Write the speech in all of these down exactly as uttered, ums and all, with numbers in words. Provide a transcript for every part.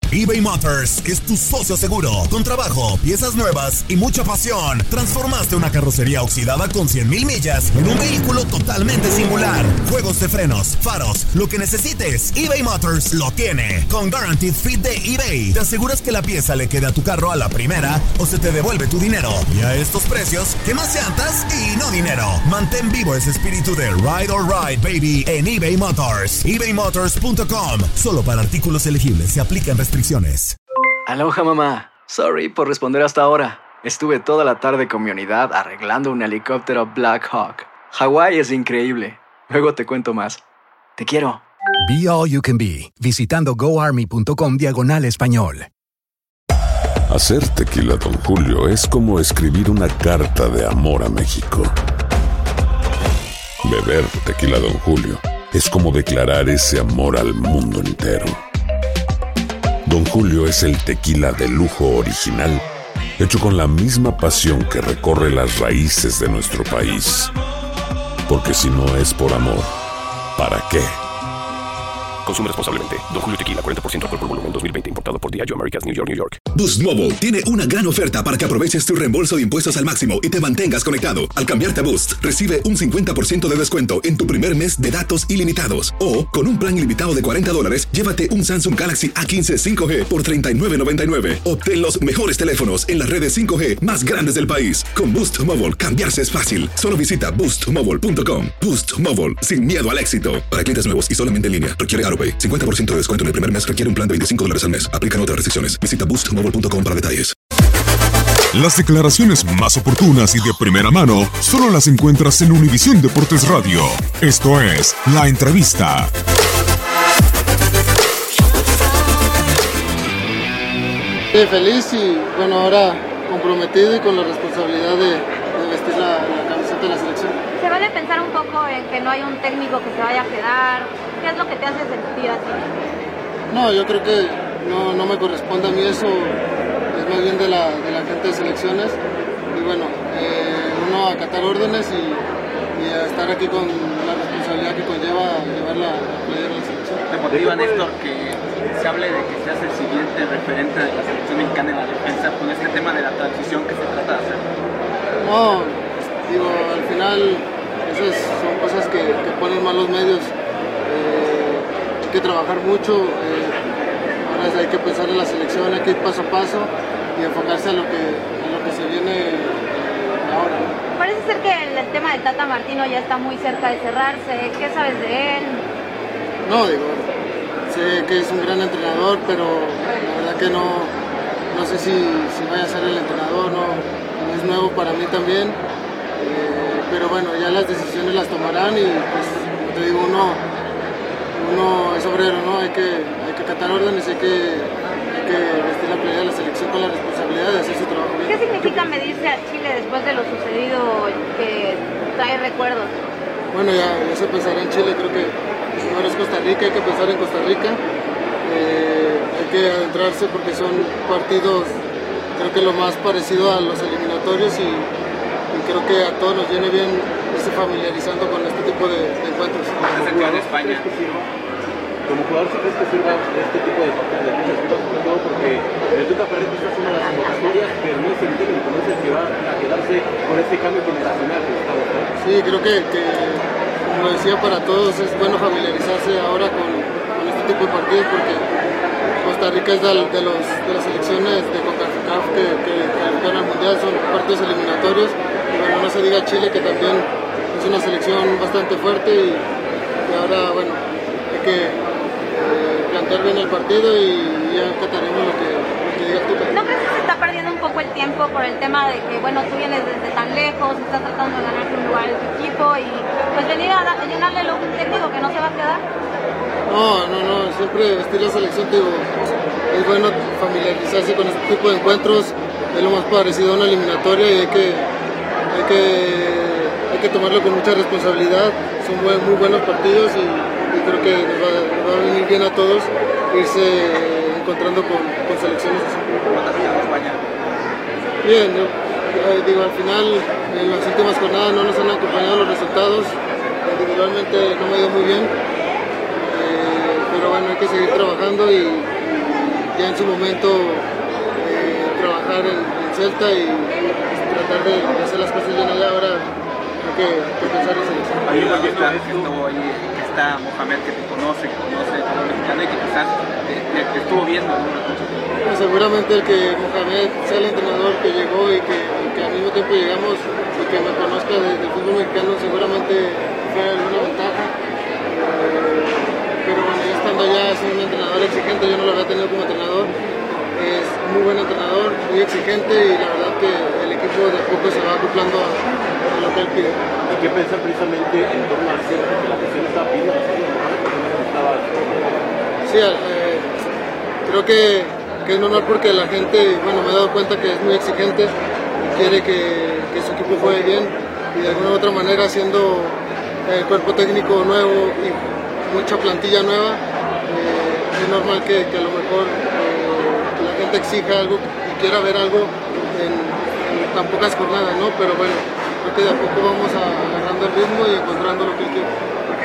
eBay Motors es tu socio seguro. Con trabajo, piezas nuevas y mucha pasión, transformaste una carrocería oxidada con cien mil millas en un vehículo totalmente singular. Juegos de frenos, faros, lo que necesites, eBay Motors lo tiene. Con Guaranteed Fit de eBay, te aseguras que la pieza le quede a tu carro a la primera o se te devuelve tu dinero. Y a estos precios, ¿qué más llantas y no dinero? Mantén vivo ese espíritu de Ride or Ride, baby, en eBay Motors. ebay motors punto com. Solo para artículos elegibles se aplican restricciones. Aloha, mamá. Sorry por responder hasta ahora. Estuve toda la tarde con mi unidad arreglando un helicóptero Black Hawk. Hawái es increíble. Luego te cuento más. Te quiero. Be All You Can Be, visitando goarmy.com diagonal español. Hacer tequila Don Julio es como escribir una carta de amor a México. Beber tequila Don Julio es como declarar ese amor al mundo entero. Don Julio es el tequila de lujo original, hecho con la misma pasión que recorre las raíces de nuestro país. Porque si no es por amor, ¿para qué? Consume responsablemente. Don Julio Tequila, cuarenta por ciento alcohol por volumen, dos mil veinte. Importado por Diageo Americas, New York, New York. Boost Mobile tiene una gran oferta para que aproveches tu reembolso de impuestos al máximo y te mantengas conectado. Al cambiarte a Boost, recibe un cincuenta por ciento de descuento en tu primer mes de datos ilimitados. O, con un plan ilimitado de cuarenta dólares, llévate un Samsung Galaxy A quince cinco G por treinta y nueve noventa y nueve. Obtén los mejores teléfonos en las redes cinco G más grandes del país. Con Boost Mobile, cambiarse es fácil. Solo visita boost mobile punto com. Boost Mobile, sin miedo al éxito. Para clientes nuevos y solamente en línea, requiere AutoPay. cincuenta por ciento de descuento en el primer mes requiere un plan de veinticinco dólares al mes. Aplican otras restricciones. Visita boost mobile punto com para detalles. Las declaraciones más oportunas y de primera mano solo las encuentras en Univisión Deportes Radio. Esto es La Entrevista. Sí, feliz y bueno, ahora comprometido y con la responsabilidad de, de vestir la, la camiseta de la selección. ¿Se vale pensar un poco en que no hay un técnico que se vaya a quedar? ¿Qué es lo que te hace sentir así? No, yo creo que no, no me corresponde a mí eso, es más bien de la, de la gente de selecciones. Y bueno, eh, uno acatar órdenes y, y a estar aquí con la responsabilidad que conlleva llevar la, la playera de la selección. ¿Te motiva, Néstor, que se hable de que seas el siguiente referente de la selección mexicana en la defensa con este tema de la transición que se trata de hacer? No, digo, al final esas son cosas que, que ponen mal los medios. Eh, hay que trabajar mucho, eh, ahora hay que pensar en la selección, hay que ir paso a paso y enfocarse a lo que, a lo que se viene ahora. Parece ser que el, el tema del Tata Martino ya está muy cerca de cerrarse. ¿Qué sabes de él? No, digo, sé que es un gran entrenador, pero la verdad que no, no sé si, si vaya a ser el entrenador, no, es nuevo para mí también, eh, pero bueno, ya las decisiones las tomarán y pues, como te digo, uno, uno es obrero, ¿no? Hay que, hay que acatar órdenes, hay que, hay que vestir la playera de la selección con la responsabilidad de hacer su trabajo bien. ¿Qué significa medirse a Chile después de lo sucedido que trae recuerdos? Bueno, ya, ya se pensará en Chile, creo que ahora es Costa Rica, hay que pensar en Costa Rica, eh, hay que adentrarse porque son partidos, creo que lo más parecido a los eliminatorios y, y creo que a todos nos viene bien irse familiarizando con este tipo de, de encuentros. En España. Como jugador, ¿sí crees que sirva este tipo de partidos de lucha FIFA, sobre todo porque el Tuca Ferretti está haciendo las convocatorias, pero no es el técnico, no es el que va a quedarse con este cambio generacional que está buscando? Sí, creo que, que, como decía, para todos es bueno familiarizarse ahora con, con este tipo de partidos porque Costa Rica es de, de, los, de las selecciones de CONCACAF que, que califican al Mundial, son partidos eliminatorios y bueno, no se diga Chile que también es una selección bastante fuerte y, y ahora, bueno, hay que eh, plantear bien el partido y ya acataremos lo que, lo que diga Tuca. ¿No crees que se está perdiendo un poco el tiempo por el tema de que, bueno, tú vienes desde tan lejos, estás tratando de ganarte un lugar en tu equipo y pues venir a, a llenarle a un técnico que no se va a quedar? No, no, no, siempre vestir la selección, digo, es bueno familiarizarse con este tipo de encuentros, es lo más parecido a una eliminatoria y hay que, hay que, hay que tomarlo con mucha responsabilidad, son buen, muy buenos partidos y, y creo que nos va, nos va a venir bien a todos irse encontrando con, con selecciones así. Bien, yo, eh, digo, al final en las últimas jornadas no nos han acompañado los resultados, individualmente no me ha ido muy bien. Pero bueno, hay que seguir trabajando y, y ya en su momento eh, trabajar en, en Celta y, y tratar de, de hacer las cosas bien allá. Ahora hay que, que pensar en selección. Hay un que está, que estuvo ahí, que está Mohamed, que te conoce, que conoce el fútbol mexicano y que quizás te, te, te estuvo viendo, ¿no? Pues seguramente el que Mohamed sea el entrenador que llegó y que, y que al mismo tiempo llegamos y que me conozca del de fútbol mexicano seguramente fue alguna ventaja. Eh, pero bueno, ya estando allá es un entrenador exigente, yo no lo había tenido como entrenador. Es muy buen entrenador, muy exigente y la verdad que el equipo de a poco se va acoplando a, a lo que él pide. ¿Y qué pensar precisamente en torno al centro? Que la presión estaba pidiendo, estaba... Sí, eh, creo que, que es normal porque la gente, bueno, me he dado cuenta que es muy exigente y quiere que, que su equipo juegue bien y de alguna u otra manera haciendo el cuerpo técnico nuevo y mucha plantilla nueva, eh, es normal que, que a lo mejor eh, la gente exija algo y quiera ver algo en, en tan pocas jornadas, ¿no? Pero bueno, creo que de a poco vamos a, agarrando el ritmo y encontrando lo que él quiere.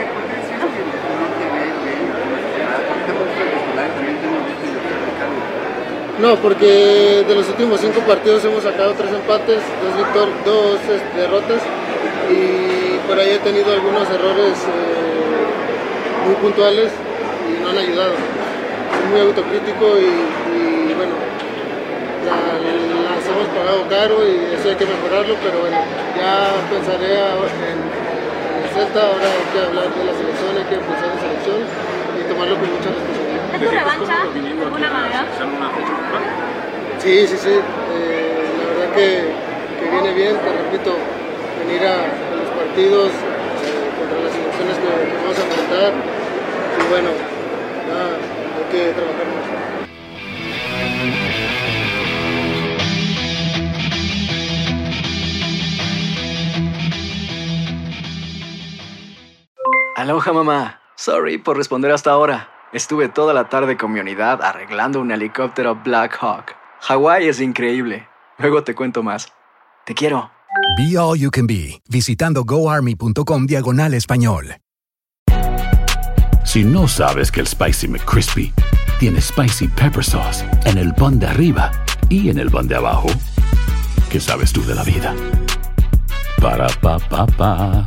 No, porque de los últimos cinco partidos hemos sacado tres empates, dos, victor dos este, derrotas y por ahí he tenido algunos errores eh, muy puntuales y no han ayudado. Soy muy autocrítico y, y bueno, la, las hemos pagado caro y eso hay que mejorarlo, pero bueno, ya pensaré en, en el Celta, ahora hay que hablar de la selección, hay que pensar en selección y tomarlo con mucha responsabilidad. ¿Es tu revancha de alguna manera? Sí, sí, sí. Eh, la verdad que, que viene bien, te repito, venir a, a los partidos eh, contra las selecciones que, que vamos a enfrentar. Y bueno, nada, hay que trabajar más. Aloha, mamá. Sorry por responder hasta ahora. Estuve toda la tarde con mi unidad arreglando un helicóptero Black Hawk. Hawái es increíble. Luego te cuento más. Te quiero. Be All You Can Be, visitando goarmy.com diagonal español. Si no sabes que el Spicy McCrispy tiene Spicy Pepper Sauce en el pan de arriba y en el pan de abajo, ¿qué sabes tú de la vida? Para, pa, pa, pa.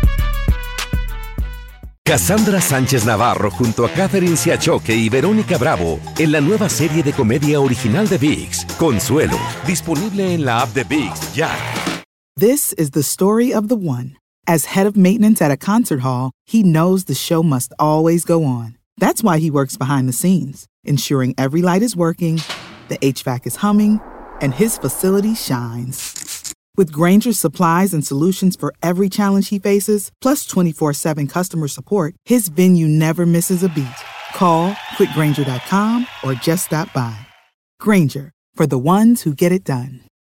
Cassandra Sánchez Navarro junto a Catherine Siachoque y Verónica Bravo en la nueva serie de comedia original de ViX, Consuelo, disponible en la app de ViX ya. This is the story of the one. As head of maintenance at a concert hall, he knows the show must always go on. That's why he works behind the scenes, ensuring every light is working, the H V A C is humming, and his facility shines. With Grainger's supplies and solutions for every challenge he faces, plus twenty-four seven customer support, his venue never misses a beat. Call quick grainger dot com or just stop by. Grainger, for the ones who get it done.